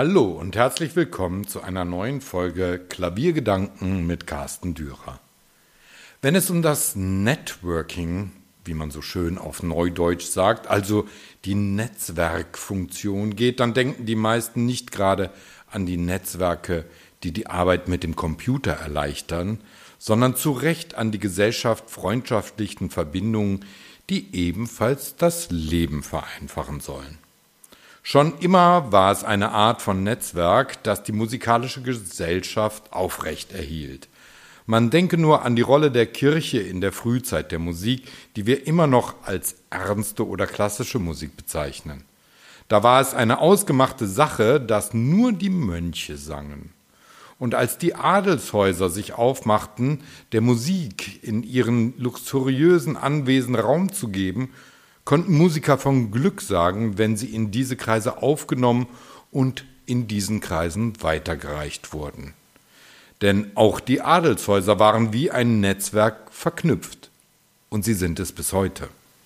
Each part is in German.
Hallo und herzlich willkommen zu einer neuen Folge Klaviergedanken mit Carsten Dürer. Wenn es um das Networking, wie man so schön auf Neudeutsch sagt, also die Netzwerkfunktion geht, dann denken die meisten nicht gerade an die Netzwerke, die die Arbeit mit dem Computer erleichtern, sondern zu Recht an die gesellschaft-freundschaftlichen Verbindungen, die ebenfalls das Leben vereinfachen sollen. Schon immer war es eine Art von Netzwerk, das die musikalische Gesellschaft aufrecht erhielt. Man denke nur an die Rolle der Kirche in der Frühzeit der Musik, die wir immer noch als ernste oder klassische Musik bezeichnen. Da war es eine ausgemachte Sache, dass nur die Mönche sangen. Und als die Adelshäuser sich aufmachten, der Musik in ihren luxuriösen Anwesen Raum zu geben, konnten Musiker von Glück sagen, wenn sie in diese Kreise aufgenommen und in diesen Kreisen weitergereicht wurden. Denn auch die Adelshäuser waren wie ein Netzwerk verknüpft. Und sie sind es bis heute.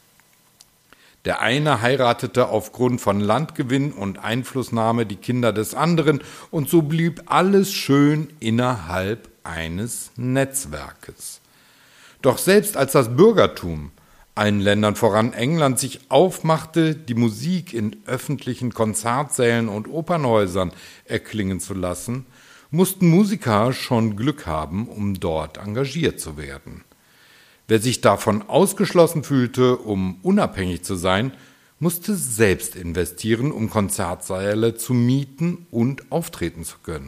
Der eine heiratete aufgrund von Landgewinn und Einflussnahme die Kinder des anderen und so blieb alles schön innerhalb eines Netzwerkes. Doch selbst als das Bürgertum, allen Ländern voran England, sich aufmachte, die Musik in öffentlichen Konzertsälen und Opernhäusern erklingen zu lassen, mussten Musiker schon Glück haben, um dort engagiert zu werden. Wer sich davon ausgeschlossen fühlte, um unabhängig zu sein, musste selbst investieren, um Konzertsäle zu mieten und auftreten zu können.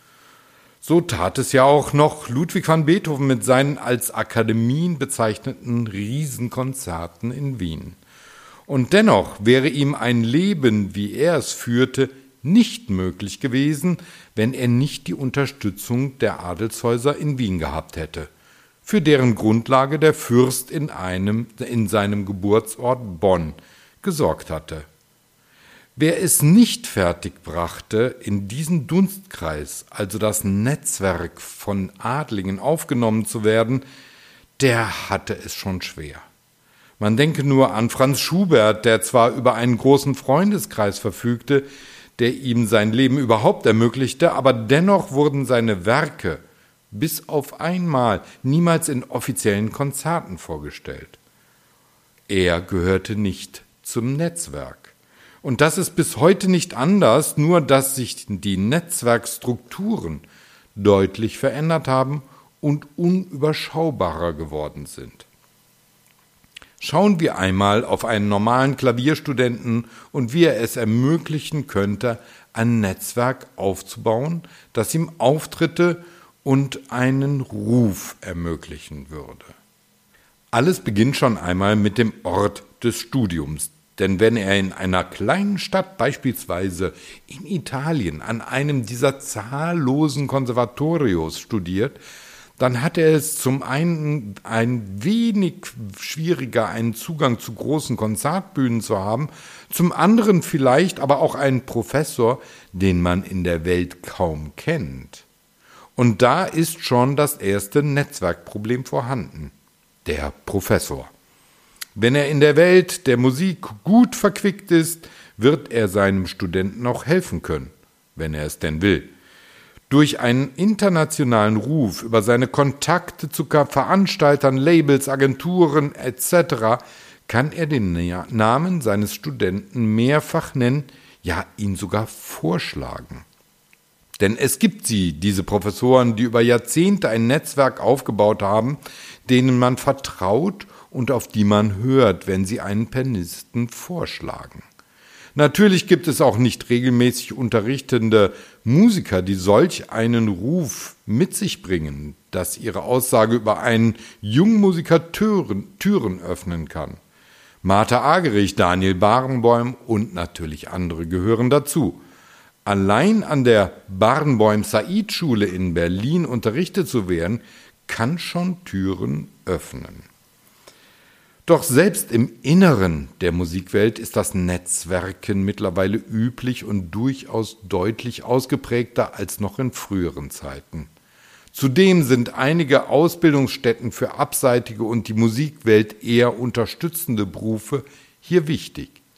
So tat es ja auch noch Ludwig van Beethoven mit seinen als Akademien bezeichneten Riesenkonzerten in Wien. Und dennoch wäre ihm ein Leben, wie er es führte, nicht möglich gewesen, wenn er nicht die Unterstützung der Adelshäuser in Wien gehabt hätte, für deren Grundlage der Fürst in seinem Geburtsort Bonn gesorgt hatte. Wer es nicht fertigbrachte, in diesen Dunstkreis, also das Netzwerk von Adligen aufgenommen zu werden, der hatte es schon schwer. Man denke nur an Franz Schubert, der zwar über einen großen Freundeskreis verfügte, der ihm sein Leben überhaupt ermöglichte, aber dennoch wurden seine Werke bis auf einmal niemals in offiziellen Konzerten vorgestellt. Er gehörte nicht zum Netzwerk. Und das ist bis heute nicht anders, nur dass sich die Netzwerkstrukturen deutlich verändert haben und unüberschaubarer geworden sind. Schauen wir einmal auf einen normalen Klavierstudenten und wie er es ermöglichen könnte, ein Netzwerk aufzubauen, das ihm Auftritte und einen Ruf ermöglichen würde. Alles beginnt schon einmal mit dem Ort des Studiums. Denn wenn er in einer kleinen Stadt, beispielsweise in Italien, an einem dieser zahllosen Konservatorios studiert, dann hat er es zum einen ein wenig schwieriger, einen Zugang zu großen Konzertbühnen zu haben, zum anderen vielleicht aber auch einen Professor, den man in der Welt kaum kennt. Und da ist schon das erste Netzwerkproblem vorhanden: der Professor. Wenn er in der Welt der Musik gut verquickt ist, wird er seinem Studenten auch helfen können, wenn er es denn will. Durch einen internationalen Ruf über seine Kontakte zu Veranstaltern, Labels, Agenturen etc. kann er den Namen seines Studenten mehrfach nennen, ja ihn sogar vorschlagen. Denn es gibt diese Professoren, die über Jahrzehnte ein Netzwerk aufgebaut haben, denen man vertraut und auf die man hört, wenn sie einen Pianisten vorschlagen. Natürlich gibt es auch nicht regelmäßig unterrichtende Musiker, die solch einen Ruf mit sich bringen, dass ihre Aussage über einen jungen Musiker Türen öffnen kann. Martha Argerich, Daniel Barenboim und natürlich andere gehören dazu. Allein an der Barenboim-Said-Schule in Berlin unterrichtet zu werden, kann schon Türen öffnen. Doch selbst im Inneren der Musikwelt ist das Netzwerken mittlerweile üblich und durchaus deutlich ausgeprägter als noch in früheren Zeiten. Zudem sind einige Ausbildungsstätten für abseitige und die Musikwelt eher unterstützende Berufe hier wichtig.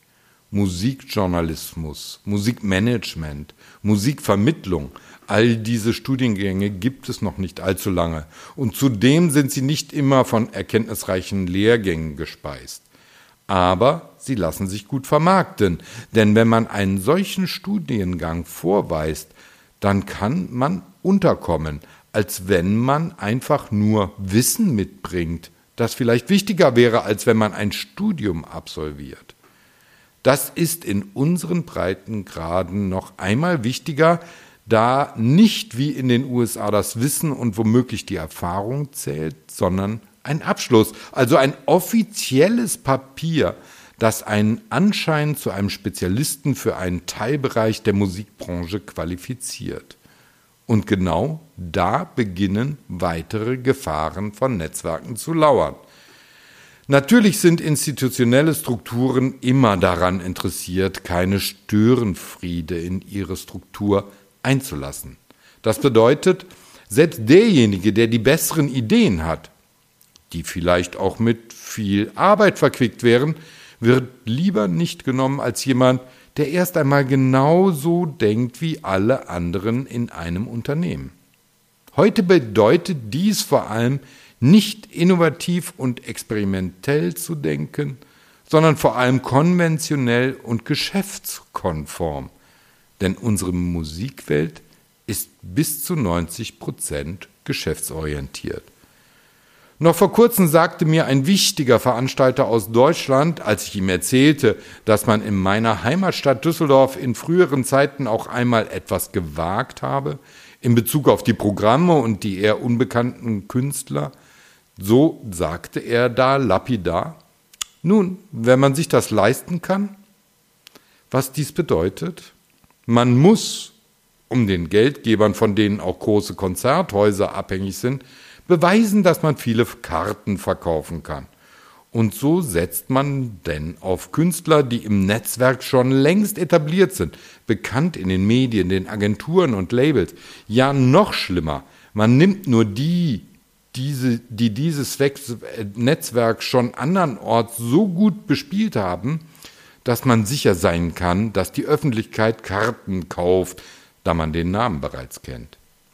Musikjournalismus, Musikmanagement, Musikvermittlung. All diese Studiengänge gibt es noch nicht allzu lange. Und zudem sind sie nicht immer von erkenntnisreichen Lehrgängen gespeist. Aber sie lassen sich gut vermarkten, denn wenn man einen solchen Studiengang vorweist, dann kann man unterkommen, als wenn man einfach nur Wissen mitbringt, das vielleicht wichtiger wäre, als wenn man ein Studium absolviert. Das ist in unseren Breitengraden noch einmal wichtiger, da nicht wie in den USA das Wissen und womöglich die Erfahrung zählt, sondern ein Abschluss, also ein offizielles Papier, das einen Anschein zu einem Spezialisten für einen Teilbereich der Musikbranche qualifiziert. Und genau da beginnen weitere Gefahren von Netzwerken zu lauern. Natürlich sind institutionelle Strukturen immer daran interessiert, keine Störenfriede in ihre Struktur einzulassen. Das bedeutet, selbst derjenige, der die besseren Ideen hat, die vielleicht auch mit viel Arbeit verquickt wären, wird lieber nicht genommen als jemand, der erst einmal genauso denkt wie alle anderen in einem Unternehmen. Heute bedeutet dies vor allem, nicht innovativ und experimentell zu denken, sondern vor allem konventionell und geschäftskonform. Denn unsere Musikwelt ist bis zu 90% geschäftsorientiert. Noch vor kurzem sagte mir ein wichtiger Veranstalter aus Deutschland, als ich ihm erzählte, dass man in meiner Heimatstadt Düsseldorf in früheren Zeiten auch einmal etwas gewagt habe, in Bezug auf die Programme und die eher unbekannten Künstler, so sagte er da lapidar: Nun, wenn man sich das leisten kann, was dies bedeutet, man muss, um den Geldgebern, von denen auch große Konzerthäuser abhängig sind, beweisen, dass man viele Karten verkaufen kann. Und so setzt man denn auf Künstler, die im Netzwerk schon längst etabliert sind, bekannt in den Medien, den Agenturen und Labels. Ja, noch schlimmer, man nimmt nur die dieses Netzwerk schon andernorts so gut bespielt haben, dass man sicher sein kann, dass die Öffentlichkeit Karten kauft, da man den Namen bereits kennt.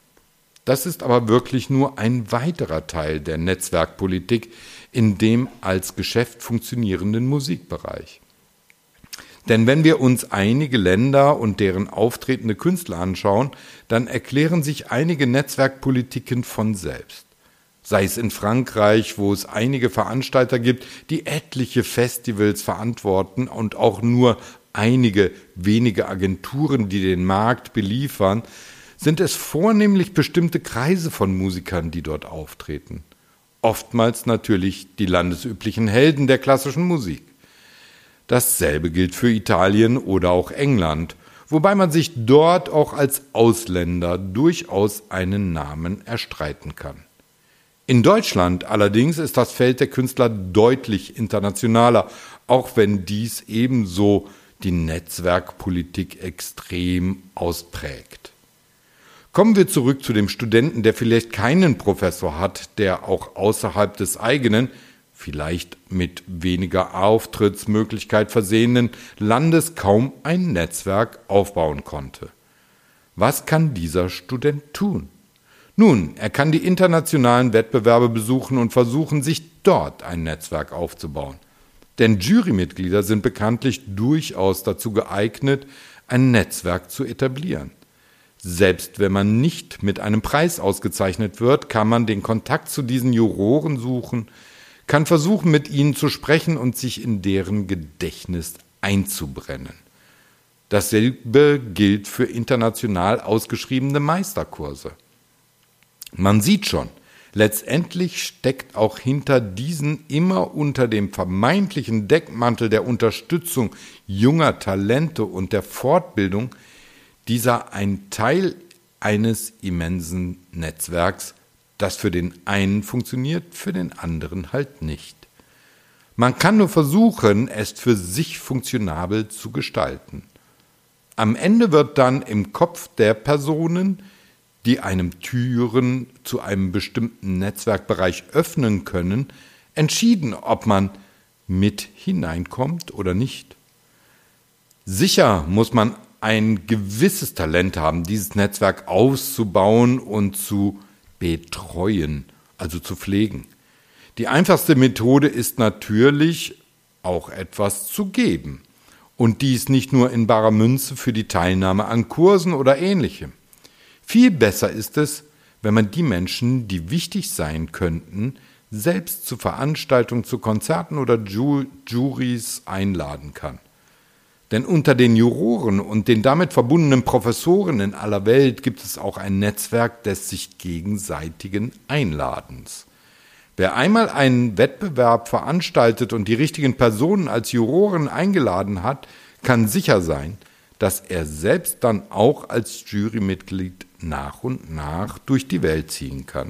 Das ist aber wirklich nur ein weiterer Teil der Netzwerkpolitik in dem als Geschäft funktionierenden Musikbereich. Denn wenn wir uns einige Länder und deren auftretende Künstler anschauen, dann erklären sich einige Netzwerkpolitiken von selbst. Sei es in Frankreich, wo es einige Veranstalter gibt, die etliche Festivals verantworten und auch nur einige wenige Agenturen, die den Markt beliefern, sind es vornehmlich bestimmte Kreise von Musikern, die dort auftreten. Oftmals natürlich die landesüblichen Helden der klassischen Musik. Dasselbe gilt für Italien oder auch England, wobei man sich dort auch als Ausländer durchaus einen Namen erstreiten kann. In Deutschland allerdings ist das Feld der Künstler deutlich internationaler, auch wenn dies ebenso die Netzwerkpolitik extrem ausprägt. Kommen wir zurück zu dem Studenten, der vielleicht keinen Professor hat, der auch außerhalb des eigenen, vielleicht mit weniger Auftrittsmöglichkeit versehenen Landes kaum ein Netzwerk aufbauen konnte. Was kann dieser Student tun? Nun, er kann die internationalen Wettbewerbe besuchen und versuchen, sich dort ein Netzwerk aufzubauen. Denn Jurymitglieder sind bekanntlich durchaus dazu geeignet, ein Netzwerk zu etablieren. Selbst wenn man nicht mit einem Preis ausgezeichnet wird, kann man den Kontakt zu diesen Juroren suchen, kann versuchen, mit ihnen zu sprechen und sich in deren Gedächtnis einzubrennen. Dasselbe gilt für international ausgeschriebene Meisterkurse. Man sieht schon, letztendlich steckt auch hinter diesen immer unter dem vermeintlichen Deckmantel der Unterstützung junger Talente und der Fortbildung dieser ein Teil eines immensen Netzwerks, das für den einen funktioniert, für den anderen halt nicht. Man kann nur versuchen, es für sich funktionabel zu gestalten. Am Ende wird dann im Kopf der Personen, die einem Türen zu einem bestimmten Netzwerkbereich öffnen können, entschieden, ob man mit hineinkommt oder nicht. Sicher muss man ein gewisses Talent haben, dieses Netzwerk auszubauen und zu betreuen, also zu pflegen. Die einfachste Methode ist natürlich, auch etwas zu geben. Und dies nicht nur in barer Münze für die Teilnahme an Kursen oder Ähnlichem. Viel besser ist es, wenn man die Menschen, die wichtig sein könnten, selbst zu Veranstaltungen, zu Konzerten oder Juries einladen kann. Denn unter den Juroren und den damit verbundenen Professoren in aller Welt gibt es auch ein Netzwerk des sich gegenseitigen Einladens. Wer einmal einen Wettbewerb veranstaltet und die richtigen Personen als Juroren eingeladen hat, kann sicher sein, dass er selbst dann auch als Jurymitglied nach und nach durch die Welt ziehen kann.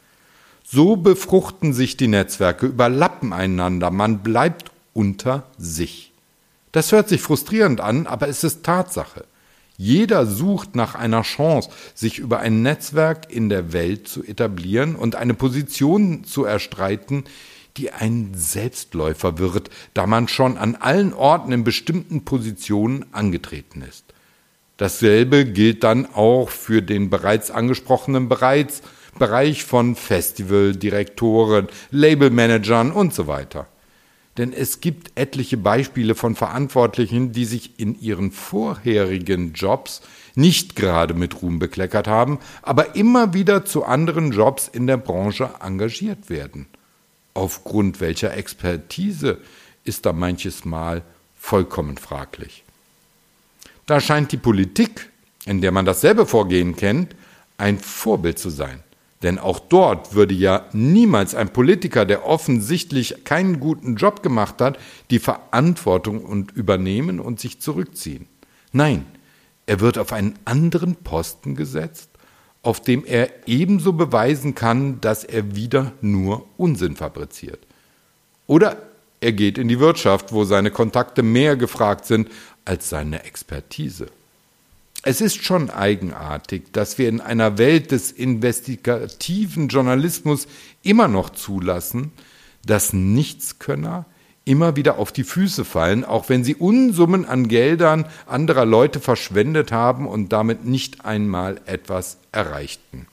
So befruchten sich die Netzwerke, überlappen einander, man bleibt unter sich. Das hört sich frustrierend an, aber es ist Tatsache. Jeder sucht nach einer Chance, sich über ein Netzwerk in der Welt zu etablieren und eine Position zu erstreiten, die ein Selbstläufer wird, da man schon an allen Orten in bestimmten Positionen angetreten ist. Dasselbe gilt dann auch für den bereits angesprochenen Bereich von Festivaldirektoren, Labelmanagern und so weiter. Denn es gibt etliche Beispiele von Verantwortlichen, die sich in ihren vorherigen Jobs nicht gerade mit Ruhm bekleckert haben, aber immer wieder zu anderen Jobs in der Branche engagiert werden. Aufgrund welcher Expertise ist da manches Mal vollkommen fraglich. Da scheint die Politik, in der man dasselbe Vorgehen kennt, ein Vorbild zu sein. Denn auch dort würde ja niemals ein Politiker, der offensichtlich keinen guten Job gemacht hat, die Verantwortung übernehmen und sich zurückziehen. Nein, er wird auf einen anderen Posten gesetzt, auf dem er ebenso beweisen kann, dass er wieder nur Unsinn fabriziert. Oder er geht in die Wirtschaft, wo seine Kontakte mehr gefragt sind als seine Expertise. Es ist schon eigenartig, dass wir in einer Welt des investigativen Journalismus immer noch zulassen, dass Nichtskönner immer wieder auf die Füße fallen, auch wenn sie Unsummen an Geldern anderer Leute verschwendet haben und damit nicht einmal etwas erreichten.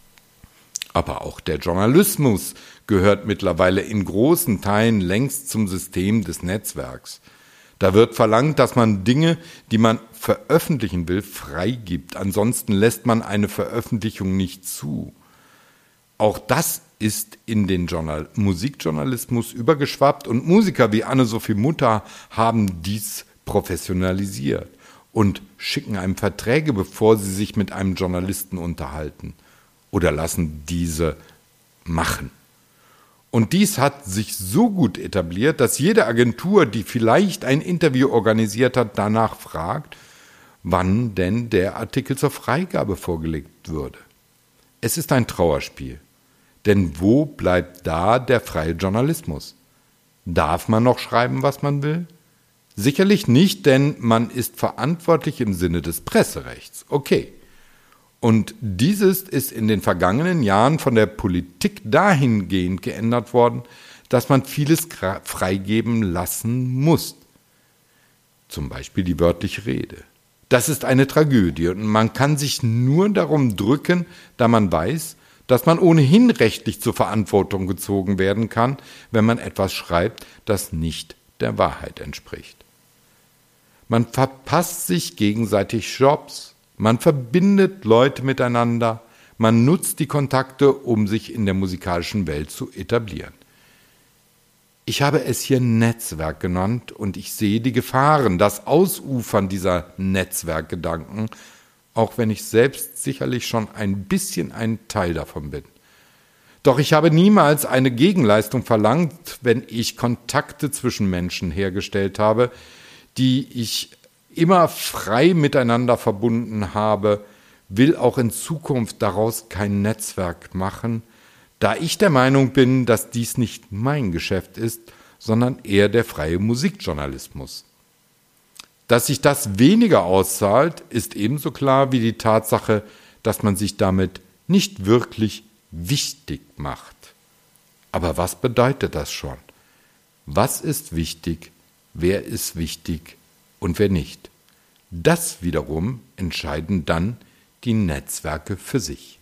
Aber auch der Journalismus gehört mittlerweile in großen Teilen längst zum System des Netzwerks. Da wird verlangt, dass man Dinge, die man veröffentlichen will, freigibt. Ansonsten lässt man eine Veröffentlichung nicht zu. Auch das ist in den Musikjournalismus übergeschwappt und Musiker wie Anne-Sophie Mutter haben dies professionalisiert und schicken einem Verträge, bevor sie sich mit einem Journalisten unterhalten oder lassen diese machen. Und dies hat sich so gut etabliert, dass jede Agentur, die vielleicht ein Interview organisiert hat, danach fragt, wann denn der Artikel zur Freigabe vorgelegt würde. Es ist ein Trauerspiel. Denn wo bleibt da der freie Journalismus? Darf man noch schreiben, was man will? Sicherlich nicht, denn man ist verantwortlich im Sinne des Presserechts. Okay. Und dieses ist in den vergangenen Jahren von der Politik dahingehend geändert worden, dass man vieles freigeben lassen muss. Zum Beispiel die wörtliche Rede. Das ist eine Tragödie und man kann sich nur darum drücken, da man weiß, dass man ohnehin rechtlich zur Verantwortung gezogen werden kann, wenn man etwas schreibt, das nicht der Wahrheit entspricht. Man verpasst sich gegenseitig Jobs, man verbindet Leute miteinander, man nutzt die Kontakte, um sich in der musikalischen Welt zu etablieren. Ich habe es hier Netzwerk genannt und ich sehe die Gefahren, das Ausufern dieser Netzwerkgedanken, auch wenn ich selbst sicherlich schon ein bisschen ein Teil davon bin. Doch ich habe niemals eine Gegenleistung verlangt, wenn ich Kontakte zwischen Menschen hergestellt habe, die ich immer frei miteinander verbunden habe, will auch in Zukunft daraus kein Netzwerk machen, da ich der Meinung bin, dass dies nicht mein Geschäft ist, sondern eher der freie Musikjournalismus. Dass sich das weniger auszahlt, ist ebenso klar wie die Tatsache, dass man sich damit nicht wirklich wichtig macht. Aber was bedeutet das schon? Was ist wichtig, wer ist wichtig und wer nicht? Das wiederum entscheiden dann die Netzwerke für sich.